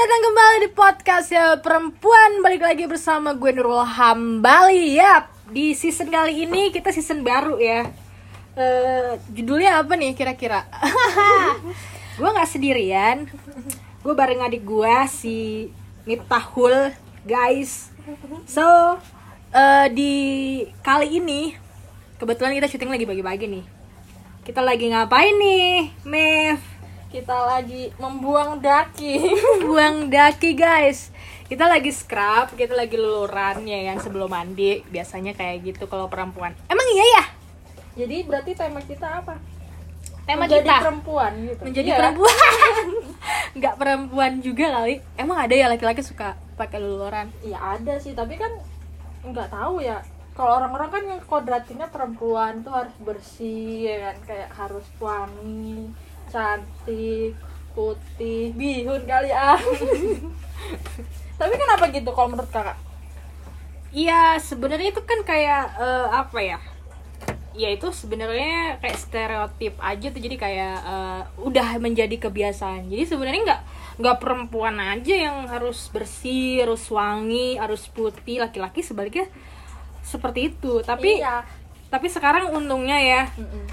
datang kembali di podcast ya perempuan. Balik lagi bersama gue Nurul Hambali. Yap, di season kali ini kita season baru ya. Judulnya apa nih kira-kira? Gue gak sendirian. Gue bareng adik gue si Miftahul, guys. So di kali ini kebetulan kita syuting lagi bagi-bagi nih. Kita lagi ngapain nih, Mev? Kita lagi membuang daki. Buang daki, guys. Kita lagi scrub, kita lagi luluran ya kan sebelum mandi. Biasanya kayak gitu kalau perempuan. Emang iya ya? Jadi berarti tema kita apa? Tema menjadi kita perempuan gitu. menjadi Iya. perempuan. Enggak perempuan juga kali. Emang ada ya laki-laki suka pakai luluran? Iya ada sih, tapi kan nggak tahu ya. Kalau orang-orang kan yang kodratinya perempuan tuh harus bersih ya kan, kayak harus wangi, cantik, putih, bihun kali ah. Tapi kenapa gitu kalau menurut kakak? Iya, sebenarnya itu kan kayak apa ya? Ya itu sebenarnya kayak stereotip aja tuh, jadi kayak udah menjadi kebiasaan. Jadi sebenarnya nggak perempuan aja yang harus bersih, harus wangi, harus putih. Laki-laki sebaliknya seperti itu. Tapi Iya. tapi sekarang untungnya ya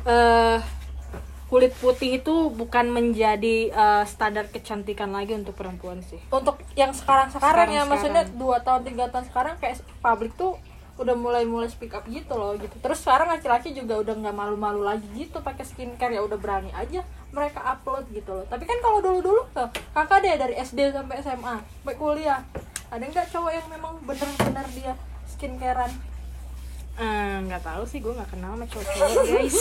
kulit putih itu bukan menjadi standar kecantikan lagi untuk perempuan sih. Untuk yang sekarang ya, maksudnya Sekarang. 2 tahun 3 tahun sekarang kayak publik tuh udah mulai speak up gitu loh gitu. Terus sekarang laki-laki juga udah nggak malu-malu lagi gitu pakai skincare, ya udah berani aja mereka upload gitu loh. Tapi kan kalau dulu tuh kakak deh dari SD sampai SMA sampai kuliah, ada nggak cowok yang memang bener-bener dia skincarean? Nggak tahu sih, gue nggak kenal sama cowok guys.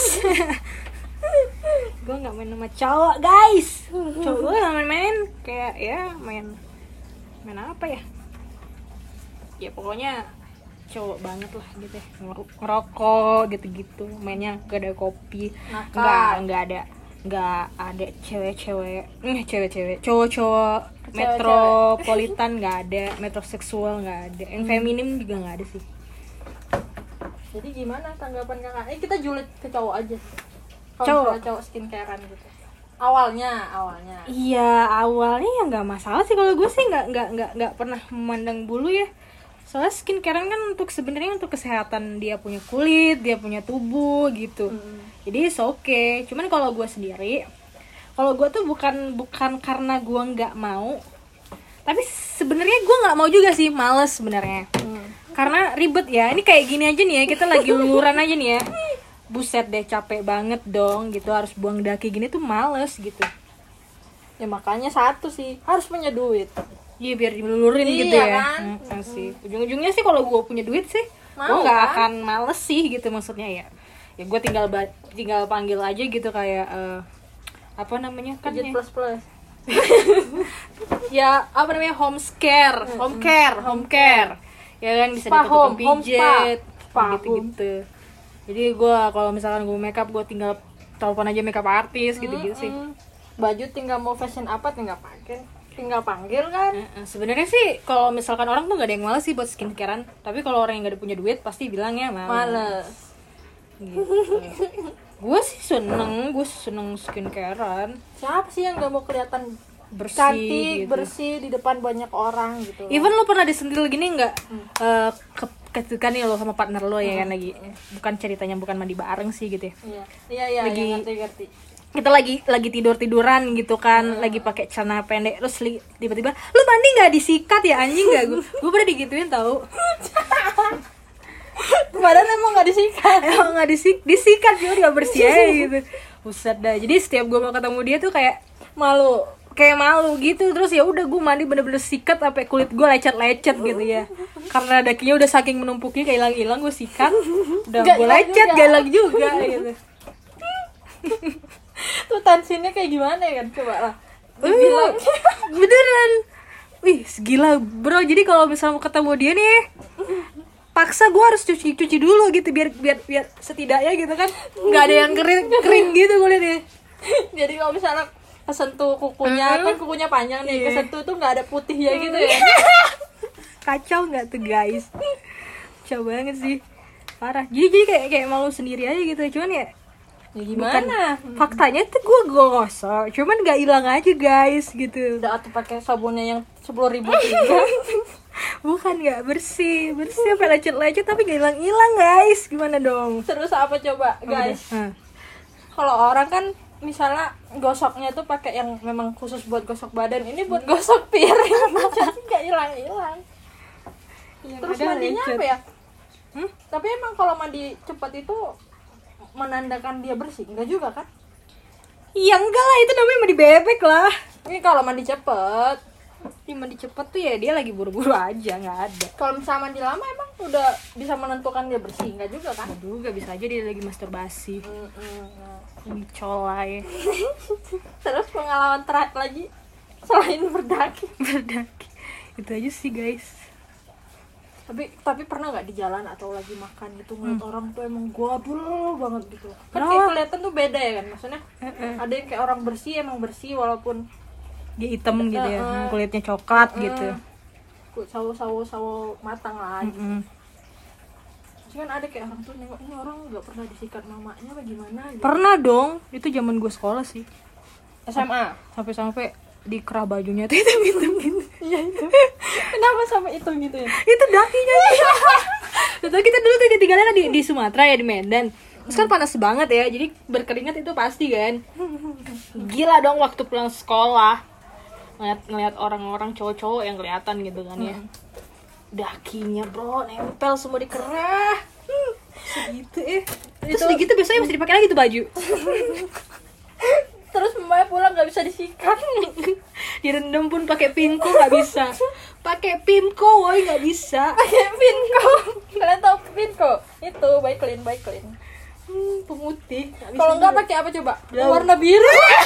Gue nggak main sama cowok guys. Cowok gue nggak main kayak ya main apa ya? Ya pokoknya cowok banget lah gitu ya. Ngerokok gitu-gitu, mainnya gak ada kopi, Nakal. nggak ada cewek-cewek, cowok-cowok metropolitan nggak ada, metroseksual nggak ada, yang feminim juga nggak ada sih. Jadi gimana tanggapan kakak? Kita julid ke cowok aja. Cowok. Kalau misalnya cowok skincarean gitu. Awalnya. Iya, awalnya ya nggak masalah sih, kalau gue sih nggak pernah memandang bulu ya. Soalnya skincare kan sebenarnya untuk kesehatan dia punya kulit, dia punya tubuh gitu. Jadi it's okay. Cuman kalau gue sendiri, kalau gue tuh bukan karena gue nggak mau, tapi sebenarnya gue nggak mau juga sih, males sebenarnya. Karena ribet ya. Ini kayak gini aja nih ya, kita lagi luluran aja nih ya. Buset deh, capek banget dong gitu, harus buang daki gini tuh males gitu. Ya makanya satu sih, harus punya duit. Iya, biar dilulurin Iya, gitu ya kan? sih. Ujung-ujungnya sih kalau gue punya duit sih gue Mau, nggak kan? akan males sih gitu, maksudnya ya gue tinggal panggil aja gitu kayak apa namanya kan Pijit ya? plus. Ya apa namanya, home care ya kan, bisa Spa di tukang home pijit spa. gitu. Jadi gue kalau misalkan gue makeup, gue tinggal telepon aja makeup artis gitu sih. Baju tinggal mau fashion apa tinggal pakai, tinggal panggil kan. Sebenarnya sih kalau misalkan orang tuh nggak ada yang malas sih buat skincarean, tapi kalau orang yang nggak ada punya duit pasti bilangnya Males. gitu. Gue seneng skincarean, Siapa sih yang nggak mau kelihatan bersih cantik, gitu. bersih di depan banyak orang gitu. Even lo pernah disentil gini nggak? Ketika nih lo sama partner lo ya kan lagi, bukan ceritanya bukan mandi bareng sih gitu ya. Iya, Lagi- ngerti. Kita lagi tiduran gitu kan, lagi pakai celana pendek, terus tiba-tiba lu mandi nggak disikat ya anjing, nggak gue pernah digituin tau. Padahal emang nggak disikat. Emang nggak disikat, cuma nggak bersih aja gitu. Buset dah. Jadi setiap gue mau ketemu dia tuh kayak malu gitu. Terus ya udah gue mandi bener-bener sikat sampai kulit gue lecet gitu ya. Karena dakinya udah saking menumpuknya kayak hilang gue sikat, udah Nggak gue hilang lecet juga. gak hilang juga gitu. Tuh tensinya kayak gimana ya kan, coba lah dibilang. Beneran. Wih, gila bro. Jadi kalau misalnya mau ketemu dia nih, paksa gue harus cuci dulu gitu biar setidaknya gitu kan nggak ada yang kering gitu kulitnya. Jadi kalau misalnya kesentuh kukunya, kan kukunya panjang nih, kesentuh tuh nggak ada putihnya gitu ya. Kacau nggak tuh guys? Kacau banget sih, parah. Jadi kayak malu sendiri aja gitu. Cuman ya Ya gimana? Faktanya tuh gue gosok, cuman nggak hilang aja guys gitu. Udah atuh pakai sabunnya yang 10.000 juga. Bukan nggak bersih sampai lecet tapi nggak hilang guys, gimana dong? Terus apa coba guys? Kalau orang kan misalnya gosoknya tuh pakai yang memang khusus buat gosok badan, ini buat gosok piring. Jadi nggak hilang. Terus mandinya apa ya? Tapi emang kalau mandi cepat itu menandakan dia bersih? Enggak juga kan? Iya enggak lah, itu namanya mandi bebek lah. Ini kalau mandi cepet. Ini mandi cepet tuh ya dia lagi buru-buru aja, nggak ada. Kalau misalnya mandi lama emang udah bisa menentukan dia bersih? Enggak juga kan? Nggak juga, bisa aja dia lagi masturbasi. Lagi colai. Terus pengalaman terakhir lagi selain berdaki. Itu aja sih guys. Tapi pernah nggak di jalan atau lagi makan gitu ngeliat orang tuh emang guadul banget gitu kan? Kenapa? Kayak kelihatan tuh beda ya kan, maksudnya ada yang kayak orang bersih, emang bersih walaupun Dia hitam gitu ya, kulitnya coklat gitu. sawo matang lah gitu. Cuman ada kayak orang tuh nengok, ini orang nggak pernah disikat mamanya apa gimana gitu. Pernah dong, itu zaman gue sekolah sih. SMA Sampai di kerah bajunya tuh hitam gitu. iya itu. Kenapa sampai itu gitu ya? Itu dakinya. Betul, kita dulu tuh tinggalnya di Sumatera ya, di Medan. Terus kan panas banget ya, jadi berkeringat itu pasti kan. Gila dong waktu pulang sekolah ngeliat orang-orang cowok-cowok yang kelihatan gitu kan ya. Dakinya bro nempel semua di kerah. Segitu Terus segitu biasanya mesti dipakai lagi tuh baju. Terus mbaknya pulang nggak bisa disikat. Direndam pun pakai Pimco nggak bisa. Pakai Pimco woi nggak bisa. Pakai Pinko. Kalian tahu Pinko? Itu baik clean. Pemutih. Kalau nggak pakai apa coba? Blau. Warna biru.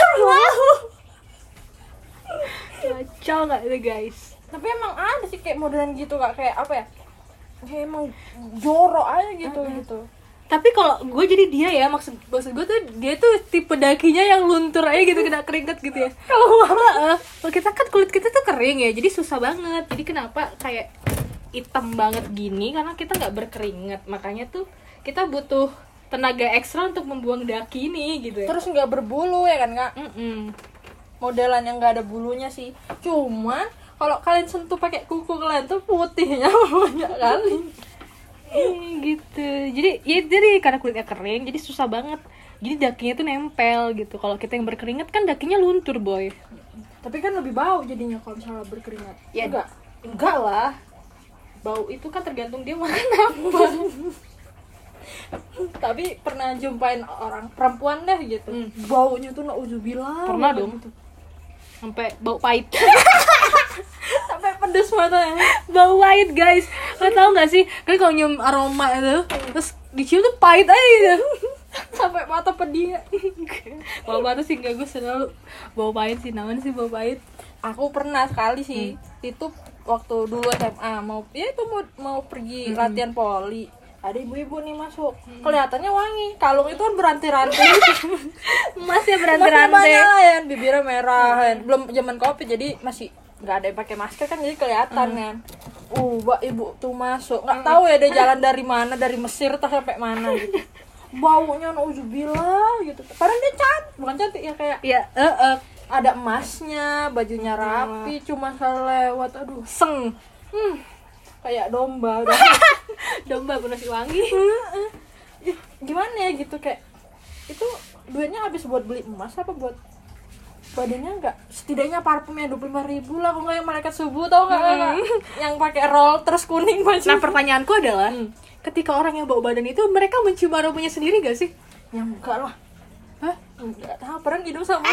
Kacau nggak itu guys? Tapi emang ada sih kayak modelan gitu kak, kayak apa ya? Kayak emang jorok aja gitu. Tapi kalau gue jadi dia ya, maksud gue tuh dia tuh tipe dakinya yang luntur aja gitu, kena keringet gitu ya. Kalau kita kan kulit kita tuh kering ya, jadi susah banget. Jadi kenapa kayak hitam banget gini, karena kita nggak berkeringat, makanya tuh kita butuh tenaga ekstra untuk membuang daki ini gitu ya. Terus nggak berbulu ya kan kak? Modelan yang nggak ada bulunya sih. Cuman kalau kalian sentuh pakai kuku kalian tuh putihnya banyak kali. Gitu. Jadi karena kulitnya kering, jadi susah banget. Jadi dakinya tuh nempel gitu. Kalau kita yang berkeringat kan dakinya luntur boy. Tapi kan lebih bau jadinya kalau misalnya berkeringat. Ya Enggak lah. Bau itu kan tergantung dia makan apa. Tapi pernah jumpain orang perempuan deh gitu. Baunya tuh nauzubillah. Pernah dong. Gitu. Sampai bau pahit. Sampai pedes matanya. Bau pahit guys. Lo tau gak sih, kan kalau nyium aroma itu terus dicium tuh pahit aja gitu. Sampai mata pedih. Kalau baru sih gak, gue selalu bau pahit sih. Namanya sih bau pahit. Aku pernah sekali sih. Itu waktu dulu SMA mau pergi latihan poli. Ada ibu-ibu nih masuk, kelihatannya wangi. Kalung itu kan berantai-rantai. Masih Masih berantai-rantai. banyak lah ya, bibirnya merah kan. Belum zaman Covid jadi masih nggak ada yang pakai masker kan, jadi kelihatan kan. Mbak ibu tuh masuk, nggak tahu ya dia jalan dari mana, dari Mesir atau sampai mana gitu. Baunya nauzubillah gitu. Padahal dia bukan cantik ya, kayak Ya, ada emasnya, bajunya rapi, cuma selewat, aduh, seng. kayak domba. Domba bernasi wangi. Gimana ya gitu, kayak itu duitnya habis buat beli emas apa buat badannya? Enggak, setidaknya parfumnya 25.000 lah. Kok nggak yang malaikat subuh, tau nggak? Yang pakai roll terus kuning baju. Nah pertanyaanku adalah, ketika orang yang bau badan itu mereka mencium aromanya sendiri gak sih? yang enggak lah. Hah? Enggak tahu, pernah hidung sama.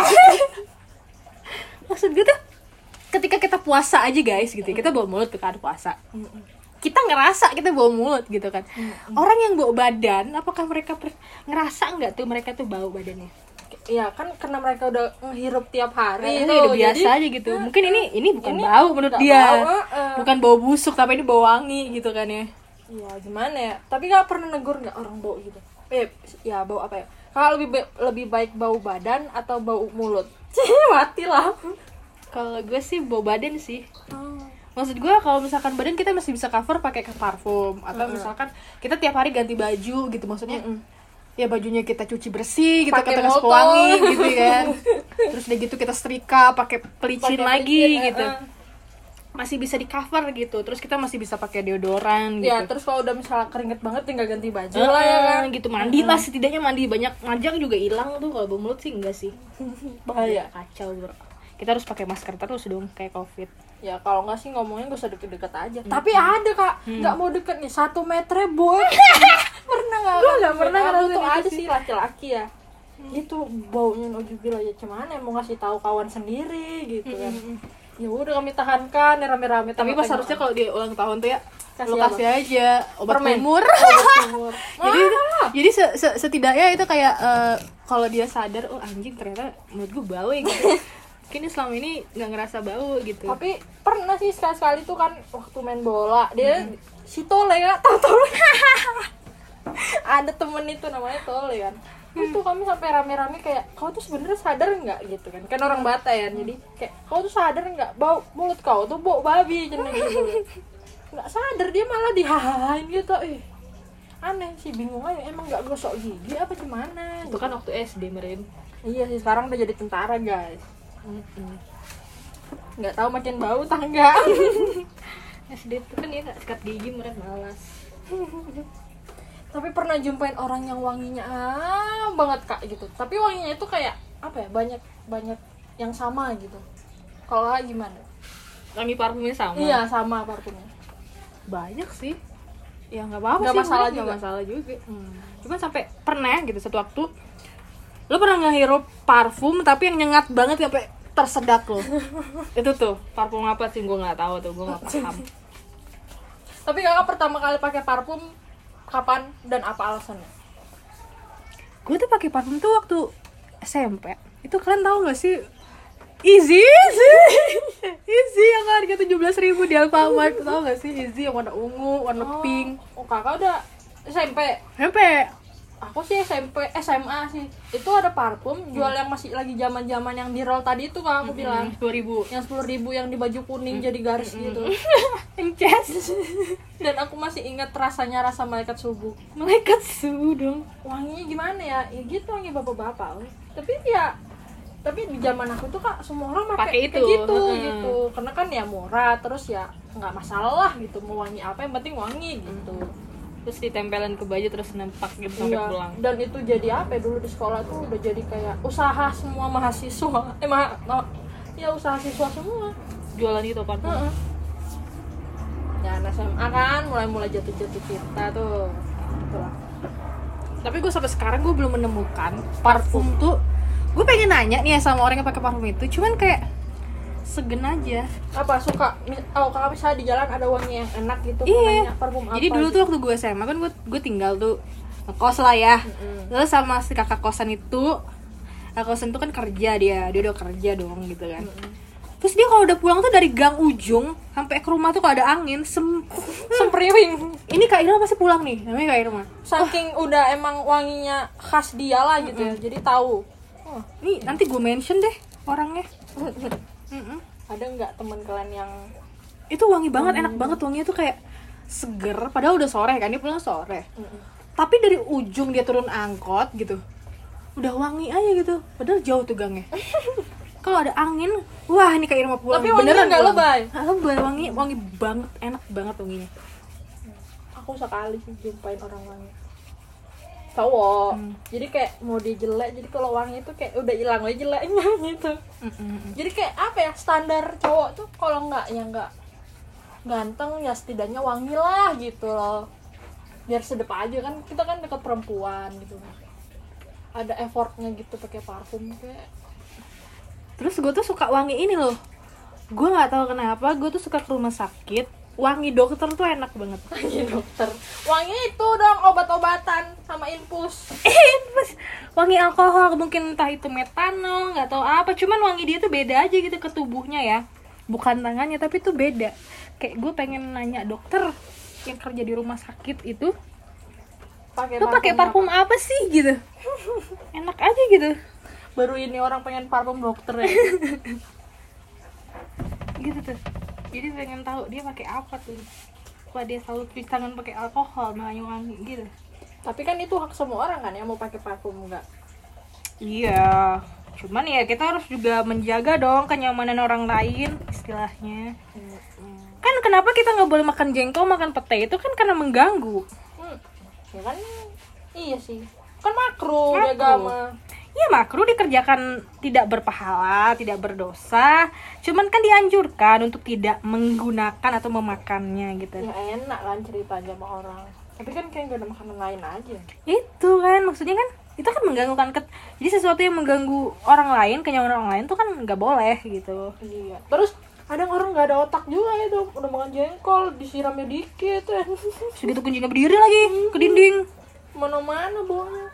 Maksud gue tuh ketika kita puasa aja guys gitu, kita bawa mulut ke kan puasa. Kita ngerasa kita bawa mulut gitu kan. Orang yang bawa badan, apakah mereka ngerasa nggak tuh mereka tuh bau badannya? Iya kan, karena mereka udah ngehirup tiap hari Itu tuh, udah biasa jadi, aja gitu. Mungkin ini bukan ini bau menurut nggak dia. bau, Bukan bau busuk, tapi ini bau wangi gitu kan ya. Iya gimana ya, tapi gak pernah negur nggak orang bau gitu. Ya bau apa ya, kalau lebih baik bau badan atau bau mulut? Mati lah. Kalau gue sih bau badan sih. Maksud gue kalau misalkan badan kita masih bisa cover pakai parfum, atau misalkan kita tiap hari ganti baju gitu, maksudnya ya bajunya kita cuci bersih gitu, Pakai kita kasih motor. pewangi gitu kan. Terus udah gitu kita setrika pakai pelicin Pakai lagi pelicin, gitu. Masih bisa di cover gitu. Terus kita masih bisa pakai deodoran gitu. Ya terus kalau udah misalnya keringet banget tinggal ganti baju lah ya kan. gitu, mandi lah setidaknya, mandi banyak, majang juga hilang tuh. Kalau bau mulut sih enggak sih. Bahaya. Kacau bro. Kita harus pakai masker terus dong kayak covid. Ya kalau nggak sih ngomongnya gak usah deket-deket aja. Tapi ada kak, nggak mau deket nih 1 meternya boy. Pernah nggak? Gue nggak pernah Aku ngerasain tuh itu ada sih. sih laki-laki ya. Itu baunya nauzubillah ya cuman mau ngasih tahu kawan sendiri gitu kan. Ya udah kami tahankan ya rame-rame. Tapi pas harusnya kalau dia ulang tahun tuh ya Kasih lo kasih aja obat Permen. kumur. Kumur. jadi setidaknya itu kayak kalau dia sadar, oh anjing ternyata menurut gue bau ya gitu. Mungkin dia selama ini nggak ngerasa bau gitu. Tapi pernah sih sekali-sekali tuh kan waktu main bola dia si Tole ya, tahu Tole. Ada temen itu namanya Tole kan. Itu kami sampai rame-rame kayak kau tuh sebenarnya sadar nggak gitu kan orang Batak ya, jadi kayak kau tuh sadar nggak bau mulut kau tuh bau babi jenis gitu. Nggak sadar dia malah dihahain gitu. Aneh sih, bingung aja emang nggak gosok gigi apa gimana Itu kan waktu SD meren. Iya sih, sekarang udah jadi tentara guys. Nggak tahu makin bau tangga. SD itu kan ya sikat gigi meren malas. Tapi pernah jumpain orang yang wanginya banget kak gitu. Tapi wanginya itu kayak apa ya, banyak yang sama gitu. Kalau Kak gimana? Wangi parfumnya sama. Iya sama parfumnya. Banyak sih. Ya nggak apa-apa Nggak sih. masalah nggak juga. masalah juga. Cuman sampai pernah gitu satu waktu lo pernah ngehirup parfum tapi yang nyengat banget sampai tersedak lo. Itu tuh parfum apa sih, gue nggak tahu tuh, gue nggak paham. Tapi kakak pertama kali pakai parfum kapan dan apa alasannya? Gue tuh pakai parfum tuh waktu SMP. Itu kalian tahu nggak sih? Easy yang harga 17.000 di Alfamart. Tahu nggak sih Easy yang warna ungu, warna pink. Oh kakak udah SMP. SMP. Aku sih SMP, SMA sih. Itu ada parfum jual yang masih lagi zaman-zaman yang di roll tadi itu kak aku bilang. 10.000. Yang 10.000 yang di baju kuning jadi garis gitu. Encas. Dan aku masih ingat rasanya rasa malaikat subuh. Malaikat subuh dong. Wanginya gimana ya? Ya gitu wangi bapak-bapak. Tapi di zaman aku tuh kak semua orang Pakai pakai itu. kayak gitu. Karena kan ya murah, terus ya nggak masalah gitu mau wangi apa yang penting wangi gitu. Terus ditempelin ke baju terus nempak gitu sampai Iya. pulang. Dan itu jadi apa ya, dulu di sekolah tuh udah jadi kayak usaha semua mahasiswa. Ya usaha siswa semua. Jualan itu parfum. Heeh. Ya anak SMA kan mulai jatuh-jatuh cinta tuh. Itulah. Tapi gue sampai sekarang gue belum menemukan parfum tuh. Gue pengen nanya nih ya sama orang yang pakai parfum itu, cuman kayak segen aja. Apa suka kalau misalnya di jalan ada wangi yang enak gitu Iya. nanya parfum apa? Jadi dulu tuh waktu gue SMA kan gue tinggal tuh ngekos lah ya. Terus sama si kakak kosan itu, kakak kosan tuh kan kerja dia udah kerja dong gitu kan. Terus dia kalau udah pulang tuh dari gang ujung sampai ke rumah tuh kalau ada angin sempriwing. Ini Kak Irma pasti pulang nih, namanya Kak Irma. Saking udah emang wanginya khas dia lah gitu ya. Jadi tahu. Oh, nih nanti gue mention deh orangnya. Ada nggak teman kalian yang Itu wangi banget, enak banget wanginya tuh kayak seger. Padahal udah sore kan, dia pulang sore. Tapi dari ujung dia turun angkot gitu, udah wangi aja gitu. Padahal jauh tuh gangnya. Kalau ada angin, wah ini Kak Irma pulang. Tapi wanginya nggak pulang. lebay? Nggak lebay, wangi banget, enak banget wanginya. aku sekali sih jumpain orang wangi cowok. Jadi kayak mau dia jelek, jadi kalau wangi itu kayak udah hilang aja jeleknya gitu. Jadi kayak apa ya, standar cowok tuh kalau nggak ya nggak ganteng ya setidaknya wangi lah gitu loh, biar sedep aja kan, kita kan deket perempuan gitu, ada effortnya gitu pakai parfum kayak. Terus gue tuh suka wangi ini loh, gue nggak tahu kenapa gue tuh suka ke rumah sakit, wangi dokter tuh enak banget. Wangi dokter, wanginya itu dong obat-obatan sama infus. Infus, wangi alkohol mungkin, entah itu metanol nggak tahu apa, cuman wangi dia tuh beda aja gitu ke tubuhnya ya, bukan tangannya tapi tuh beda. Kayak gue pengen nanya dokter yang kerja di rumah sakit itu, lu pakai parfum apa sih gitu, enak aja gitu. Baru ini orang pengen parfum dokter ya. Gitu tuh, jadi pengen tahu dia pakai apa tuh, kok dia selalu cuci tangan pakai alkohol makanya wangi gitu. Tapi kan itu hak semua orang kan yang mau pakai parfum enggak. Iya, cuman ya kita harus juga menjaga dong kenyamanan orang lain istilahnya. Kan kenapa kita nggak boleh makan jengkol, makan pete, itu kan karena mengganggu. Ya kan iya sih, kan makruh di Makruh. agama. Iya, makruh dikerjakan, tidak berpahala, tidak berdosa. Cuman kan dianjurkan untuk tidak menggunakan atau memakannya gitu. Ya enak kan cerita aja sama orang, tapi kan kayak gak ada makanan lain aja. Itu kan maksudnya kan itu kan mengganggu kan. Jadi sesuatu yang mengganggu orang lain, kenyamanan orang lain tuh kan nggak boleh gitu. Iya, terus ada orang nggak ada otak juga itu, udah makan jengkol disiramnya dikit kan. Segitu kuncinya berdiri lagi ke dinding. Mana-mana baunya.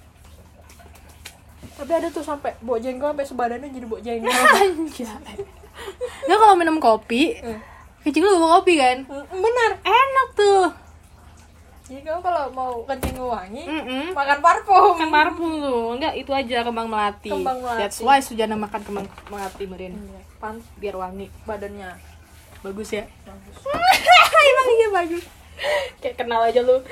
Tapi ada tuh sampai bau jengkol sampai sebadannya jadi bau jengkol. Anjay. Nggak, kalau minum kopi, kencing lu bawa kopi kan? Bener. Enak tuh. Jadi kamu kalau mau kencing wangi, Mm-mm. makan parfum. Kan parfum tuh. Enggak, itu aja kembang melati. Kembang melati. That's why Sujana makan kembang melati Merin. Iya, pan Biar wangi. badannya Bagus ya. bagus. Emang iya bagus. Kayak kenal aja lu.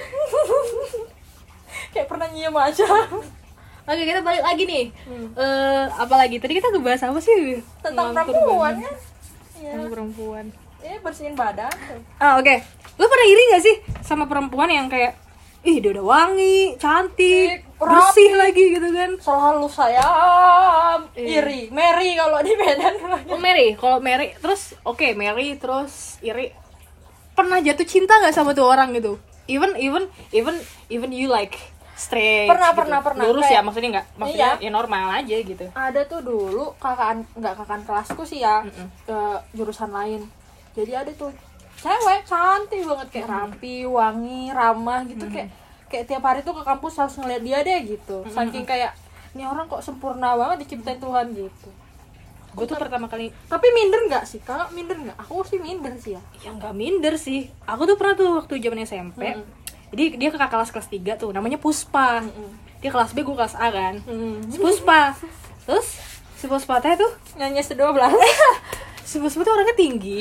Kayak pernah nyium aja. Oke, kita balik lagi nih. Apa lagi? Tadi kita ngebahas apa sih? Tentang Ngelantur perempuan banget. kan. Iya. Tentang perempuan. Bersihin badan. Oke. Lu pernah iri gak sih sama perempuan yang kayak ih dia udah wangi, cantik, Rapi. bersih lagi gitu kan? Selalu saya Iya. iri. Mary kalau di Medan. Oh, Mary, kalau Mary terus oke, Mary terus iri. Pernah jatuh cinta nggak sama tuh orang gitu? Even you like straight. Pernah, gitu. pernah. Lurus Kayak- ya maksudnya nggak? Maksudnya Iya. ya normal aja gitu. Ada tuh dulu kakak kelasku sih ya, ke jurusan lain. Jadi ada tuh cewek cantik banget, kayak rapi, wangi, ramah gitu, kayak tiap hari tuh ke kampus harus ngeliat dia deh gitu. Saking kayak ini orang kok sempurna banget diciptain Tuhan gitu. Gue tuh pertama kali Tapi minder nggak sih? Kakak minder nggak? Aku sih minder sih ya. ya nggak minder sih. Aku tuh pernah tuh waktu zaman SMP. Jadi dia kakak kelas 3 tuh, namanya Puspa. Dia kelas B, gue kelas A kan. Si Puspa. Terus si Puspa teh tuh, Nyanyi se-12. si Puspa tuh orangnya tinggi.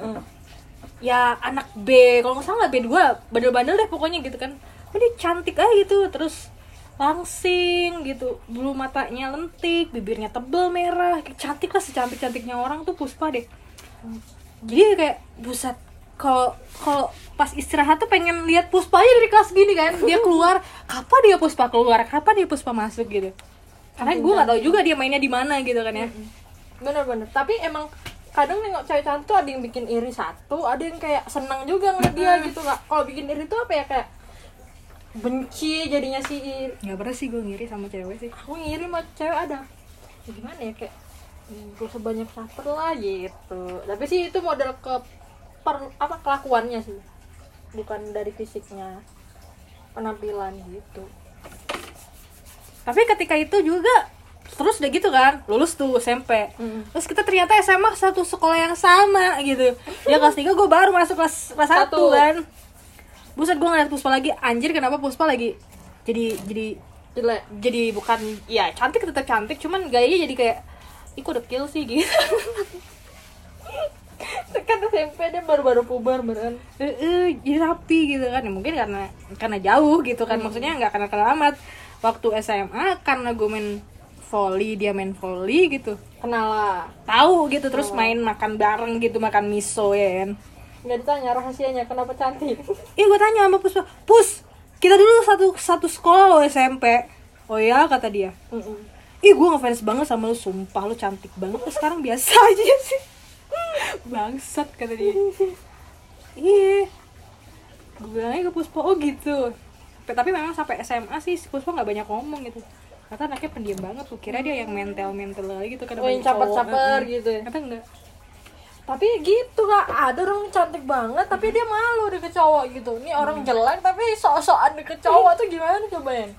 Ya anak B, kalau nggak salah nggak B2, bandel-bandel deh pokoknya gitu kan. Oh, dia cantik aja gitu, terus langsing gitu, bulu matanya lentik, bibirnya tebel merah, cantik lah, secantik-cantiknya orang tuh Puspa deh. Jadi kayak buset, kalau pas istirahat tuh pengen lihat Puspa aja dari kelas gini kan. Dia keluar, kapan dia Puspa keluar, kapan dia Puspa masuk gitu. Karena gue nggak tahu juga dia mainnya di mana gitu kan ya. Bener-bener. Tapi emang kadang nengok cewek cantik tuh ada yang bikin iri satu, ada yang kayak senang juga ngeliat dia gitu. Nggak, kalau bikin iri tuh apa ya, kayak benci jadinya sih iri. Nggak pernah sih gue ngiri sama cewek sih. Aku ngiri sama cewek ada ya gimana ya, kayak gak usah banyak caper lah gitu. Tapi sih itu model kelakuannya sih, bukan dari fisiknya, penampilan gitu. Tapi ketika itu juga terus udah gitu kan, lulus tuh SMP. Terus kita ternyata SMA satu sekolah yang sama gitu. Dia kelas 3, gue baru masuk kelas 1 Satu. kan. Buset, gue ngeliat Puspa lagi, anjir kenapa Puspa lagi Jelek. jadi bukan, ya cantik tetap cantik, cuman gayanya jadi kayak ih kok dekil sih gitu. Kan SMP dia baru-baru puber beneran. Jadi rapi gitu kan. Ya, mungkin karena jauh gitu kan, maksudnya nggak kenal amat. Waktu SMA karena gue main volley, dia main volley gitu, Kenal lah. tahu gitu, terus main makan bareng gitu, makan miso ya kan. Nggak ditanya rahasianya kenapa cantik. Gue tanya sama Puspa, Pus, kita dulu satu sekolah lo SMP. Oh ya, kata dia. Ih, gue ngefans banget sama lu, sumpah lu cantik banget. Terus sekarang biasa aja sih. Bangsat, kata dia. Iya. Gue bilangnya ke Puspa, oh gitu. Tapi memang sampai SMA sih Puspa nggak banyak ngomong gitu. Kata anaknya pendiam banget tuh. Kira dia yang mental lagi gitu, kadang Oh, yang banyak cowok. caper-caper gitu ya. Kata enggak. Tapi gitu Kak, ada orang cantik banget tapi dia malu deket cowok gitu. Ini orang jelek tapi sok-sokan deket cowok tuh gimana cobain?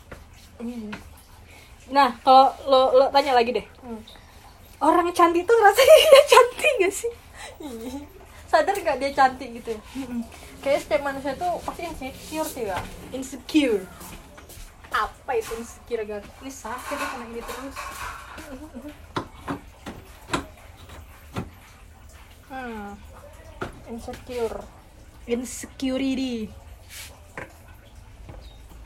Nah, kalau lo tanya lagi deh. Orang cantik tuh rasanya dia cantik gak sih? Sadar gak dia cantik gitu ya? Kayaknya setiap manusia tuh pasti insecure sih Kak. Insecure. Apa itu insecure, Gar? Ini sakit ya kena ini terus. Insecure. Insecurity.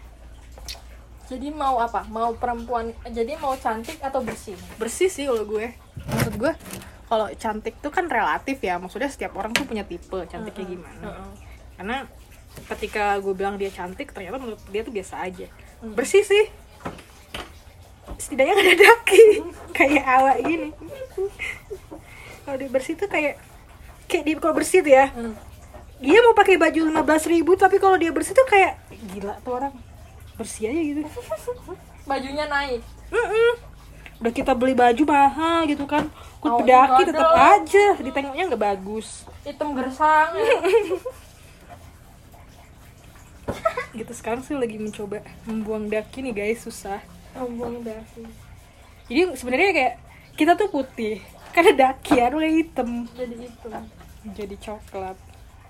Jadi mau apa? Mau perempuan, jadi mau cantik atau bersih? Bersih sih kalau gue. Maksud gue kalau cantik tuh kan relatif ya, maksudnya setiap orang tuh punya tipe cantiknya gimana. Karena ketika gue bilang dia cantik, ternyata menurut dia tuh biasa aja. Bersih sih, setidaknya gak ada daki kayak awak gini. Kalau dia bersih tuh kayak dia kalau bersih tuh ya, dia mau pakai baju 15.000, tapi kalau dia bersih tuh kayak gila tuh orang bersih aja gitu. Bajunya naik. Udah kita beli baju mahal gitu kan, kut Oh, pedaki enggak tetap dong. aja ditengoknya nggak bagus. Hitam gersang. Gitu sekarang sih lagi mencoba membuang daki nih guys, susah. Ngomong dasi. Jadi sebenarnya kayak kita tuh putih, karena daki aduh kayak hitam Jadi hitam. jadi coklat.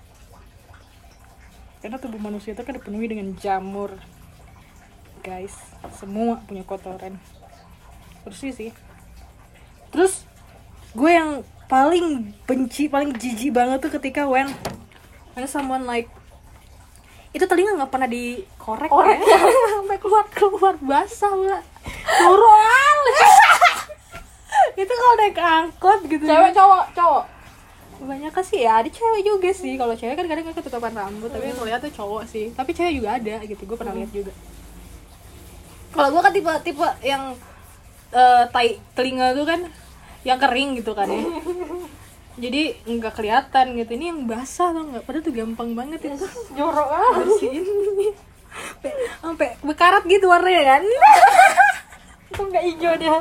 Karena tubuh manusia itu kan dipenuhi dengan jamur. Guys, semua punya kotoran. Bersih sih. Terus gue yang paling benci, paling jijik banget tuh ketika when someone like itu telinga nggak pernah dikorek ya, sampai keluar basah lah, turun. Itu kalau naik angkot gitu. Cewek cowok. Banyak sih ya, ada cewek juga sih. Kalau cewek kan kadang ketutupan rambut, tapi yang lihat tuh cowok sih. Tapi cewek juga ada gitu, gue pernah lihat juga. Kalau gue kan tipe yang tai telinga tuh kan yang kering gitu kan ya. Jadi nggak kelihatan gitu. Ini yang basah tuh nggak, padahal tuh gampang banget itu. Jorok ah. Bersihin. Sampai bekarat gitu warnanya kan. Itu nggak hijau dia.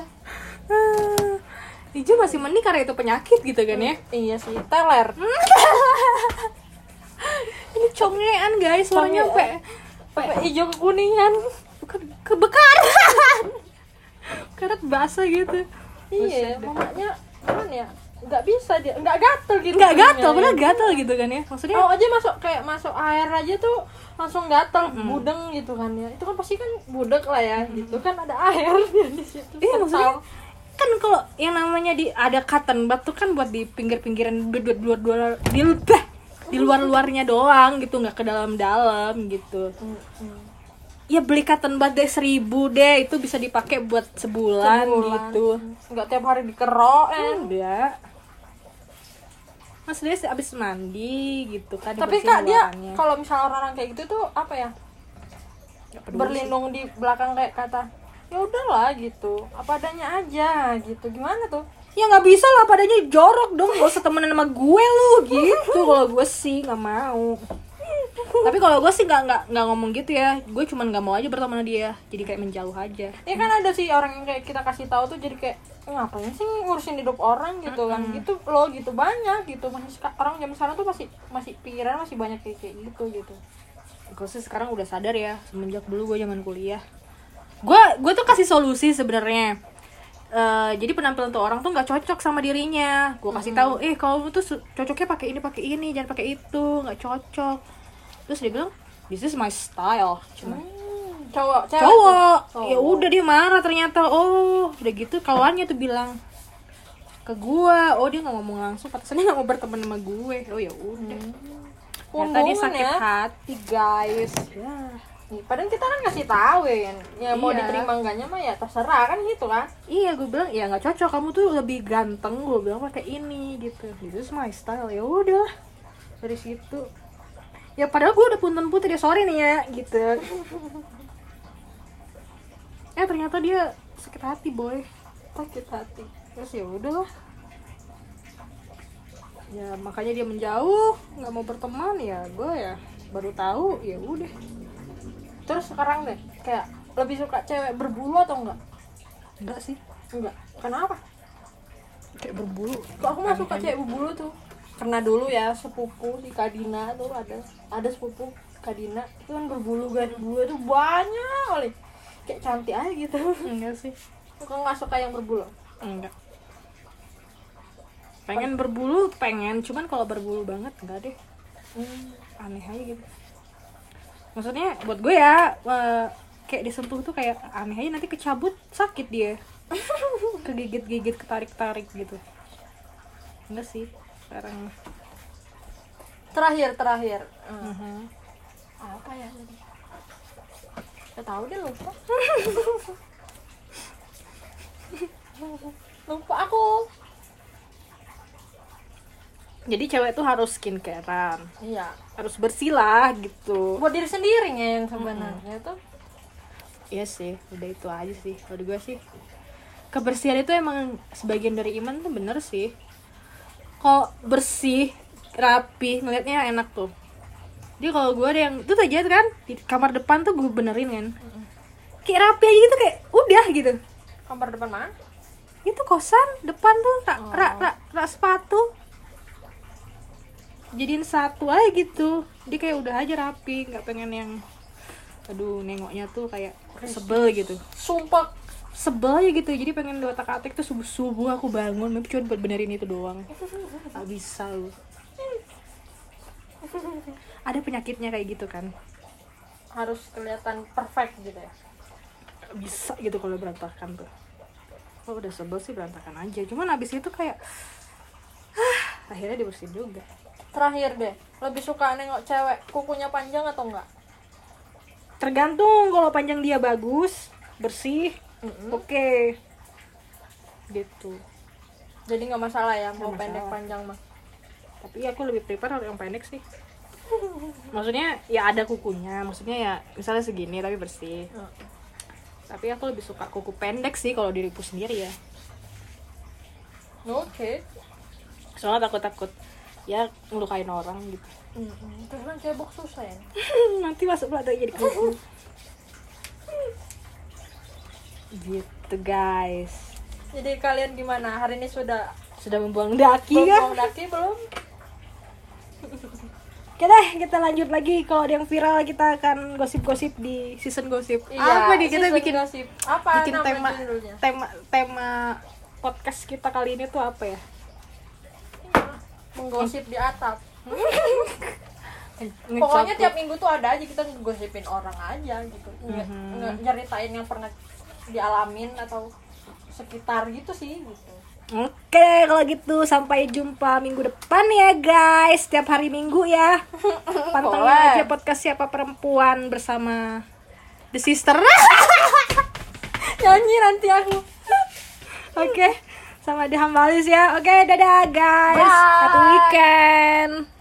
Hijau masih mending karena itu penyakit gitu kan ya. Iya sih, teler. Ini congean guys, warnanya Sampai hijau kekuningan. bukan kebakaran. Karat basah gitu. Iya, mamanya kan ya nggak bisa dia, nggak gatel gitu. Nggak gatel, kulitnya. padahal gatel gitu kan ya. Maksudnya Oh aja masuk air aja tuh langsung gatel, budeng gitu kan ya. Itu kan pasti kan budek lah ya, gitu kan ada air di situ. iya kental. maksudnya kan kalau yang namanya ada cotton bud tuh kan buat di pinggir-pinggiran di luar-luarnya doang gitu, nggak ke dalam-dalam gitu. Ya beli cotton bud deh 1.000 deh, itu bisa dipakai buat sebulan gitu. Nggak tiap hari dikerok Enggak. Mas dia abis mandi gitu kan. Tapi dibersihin Kak dia luarannya. kalau misalnya orang kayak gitu tuh apa ya, Nggak peduli berlindung di belakang kayak kata ya udahlah gitu, apa adanya aja gitu. Gimana tuh? sih. Ya nggak bisa lah, padanya jorok dong. Gak usah temenan sama gue lu gitu. Kalau gue sih nggak mau. Tapi kalau gue sih nggak ngomong gitu ya. Gue cuman nggak mau aja berteman sama dia. Jadi kayak menjauh aja. Ya kan ada sih orang yang kayak kita kasih tahu tuh jadi kayak ngapain sih ngurusin hidup orang gitu kan, gitu loh, gitu banyak gitu. Masih orang zaman sekarang tuh masih pikiran masih banyak kayak gitu. Gue sih sekarang udah sadar ya, semenjak dulu gue zaman kuliah. Gue tuh kasih solusi sebenarnya. Jadi penampilan tuh orang tuh nggak cocok sama dirinya. Gue kasih tahu, kalau tuh cocoknya pakai ini, jangan pakai itu, nggak cocok. Terus dia bilang, this is my style. Cuma Cowok. ya udah dia marah ternyata. Oh udah gitu kawannya tuh bilang ke gue, oh dia nggak ngomong langsung, pantesannya nggak mau berteman sama gue. Oh ya udah. Ternyata dia sakit hati guys. Ya. Nih, padahal kita kan ngasih tahu ya, ya mau Iya. diterima enggaknya mah ya terserah kan gitu kan. Iya gue bilang ya nggak cocok, kamu tuh lebih ganteng, gue bilang pakai ini gitu. This is my style. Ya udah dari situ. Ya padahal gue udah punten putih, dia sorry nih ya gitu. Ternyata dia sakit hati boy. Sakit hati. Terus ya udahlah. Ya makanya dia menjauh, nggak mau berteman. Ya gue ya baru tahu, ya udah. Terus sekarang deh kayak lebih suka cewek berbulu atau enggak? Enggak sih, Enggak. Kenapa? kayak berbulu. Kok aku mah suka cewek berbulu tuh. Karena dulu ya sepupu si Kadina tuh ada sepupu Kadina itu kan berbulu kan, bulu itu banyak kali. Kayak cantik aja gitu. Enggak sih. Kok nggak suka yang berbulu? Enggak. Pengen berbulu, pengen, cuman kalau berbulu banget enggak deh. Aneh aja gitu. Maksudnya buat gue ya, kayak disentuh tuh kayak aneh aja, nanti kecabut sakit dia. Kegigit-gigit, ketarik-tarik gitu. Enggak sih sekarang. Terakhir apa ya tadi? Gak tahu deh, lupa. Lupa aku. Jadi cewek tuh harus skincarean, Iya. harus bersih lah gitu. Buat diri sendiri yang sebenarnya tuh. Iya sih, udah itu aja sih. Kalau gue sih, kebersihan itu emang sebagian dari iman tuh bener sih. Kalau bersih, rapi, ngeliatnya enak tuh. Jadi kalau gue ada yang itu aja kan di kamar depan tuh gue benerin kan, kayak rapi aja gitu, kayak udah gitu. Kamar depan mana? Itu kosan depan tuh rak sepatu jadiin satu aja gitu. Dia kayak udah aja rapi, nggak pengen yang aduh nengoknya tuh kayak sebel gitu. Sumpah. Sebel aja gitu, jadi pengen otak-atik tuh subuh aku bangun tapi cuma buat benerin itu doang. Gak bisa lu. Ada penyakitnya kayak gitu kan, Harus kelihatan perfect gitu ya. gak bisa gitu kalau berantakan tuh. Kalau udah sebel sih berantakan aja, cuman abis itu kayak akhirnya dibersihin juga. Terakhir deh, lebih suka nengok cewek kukunya panjang atau enggak? Tergantung, kalau panjang dia bagus, bersih, oke. Gitu. Jadi nggak masalah ya mau Nggak pendek masalah. panjang mah. Tapi aku lebih prefer yang pendek sih. Maksudnya ya ada kukunya, maksudnya ya misalnya segini tapi bersih. Tapi aku lebih suka kuku pendek sih kalau diriku sendiri ya. Oke. Soalnya takut ya ngelukain orang gitu. Terus kan cebok susah ya. Nanti masuk pula jadi kuku. Gitu guys. Jadi kalian gimana? Hari ini sudah Membuang daki kan? buang daki belum? Oke deh, kita lanjut lagi. Kalau ada yang viral kita akan gosip-gosip di season gosip. Apa nih kita season bikin gosip. Apa bikin nama judulnya? tema podcast kita kali ini tuh apa ya? Menggosip di atap. Ngecap Pokoknya tuh. tiap minggu tuh ada aja kita ngegosipin orang aja gitu. Nyeritain yang pernah dialamin atau sekitar gitu sih gitu. Oke, kalau gitu sampai jumpa minggu depan ya guys. Setiap hari Minggu ya. Pantengin Boleh. aja podcast Siapa Perempuan bersama The Sister. Nyanyi nanti aku. Oke, sama The Hambalis ya. Oke, dadah guys. Bye. Satu weekend.